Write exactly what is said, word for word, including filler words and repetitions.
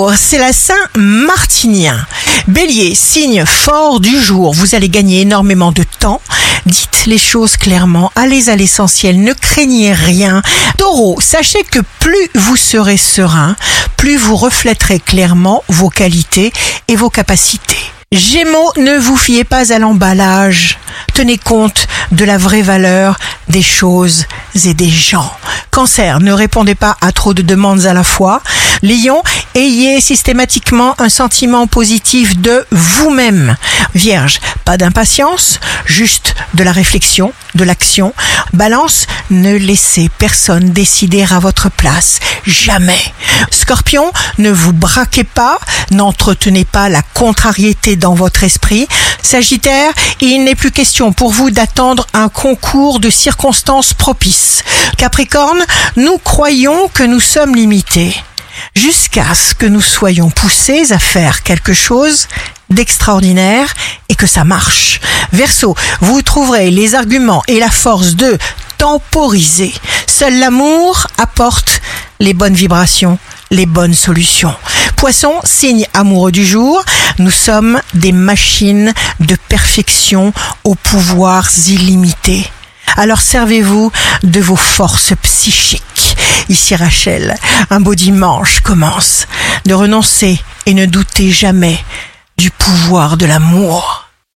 Gémeaux, c'est la Saint-Martinien. Bélier, signe fort du jour, vous allez gagner énormément de temps. Dites les choses clairement, allez à l'essentiel, ne craignez rien. Taureau, sachez que plus vous serez serein, plus vous reflèterez clairement vos qualités et vos capacités. Gémeaux, ne vous fiez pas à l'emballage. Tenez compte de la vraie valeur des choses et des gens. Cancer, ne répondez pas à trop de demandes à la fois. Lion, ayez systématiquement un sentiment positif de vous-même. Vierge, pas d'impatience, juste de la réflexion, de l'action. Balance, ne laissez personne décider à votre place. Jamais. Scorpion, ne vous braquez pas, n'entretenez pas la contrariété dans votre esprit. Sagittaire, il n'est plus question pour vous d'attendre un concours de circonstances propices. Capricorne, nous croyons que nous sommes limités jusqu'à ce que nous soyons poussés à faire quelque chose d'extraordinaire et que ça marche. Verseau, vous trouverez les arguments et la force de temporiser. Seul l'amour apporte les bonnes vibrations, les bonnes solutions. Poisson, signe amoureux du jour, nous sommes des machines de perfection aux pouvoirs illimités. Alors servez-vous de vos forces psychiques. Ici Rachel, un beau dimanche commence. Ne renoncez et ne doutez jamais du pouvoir de l'amour.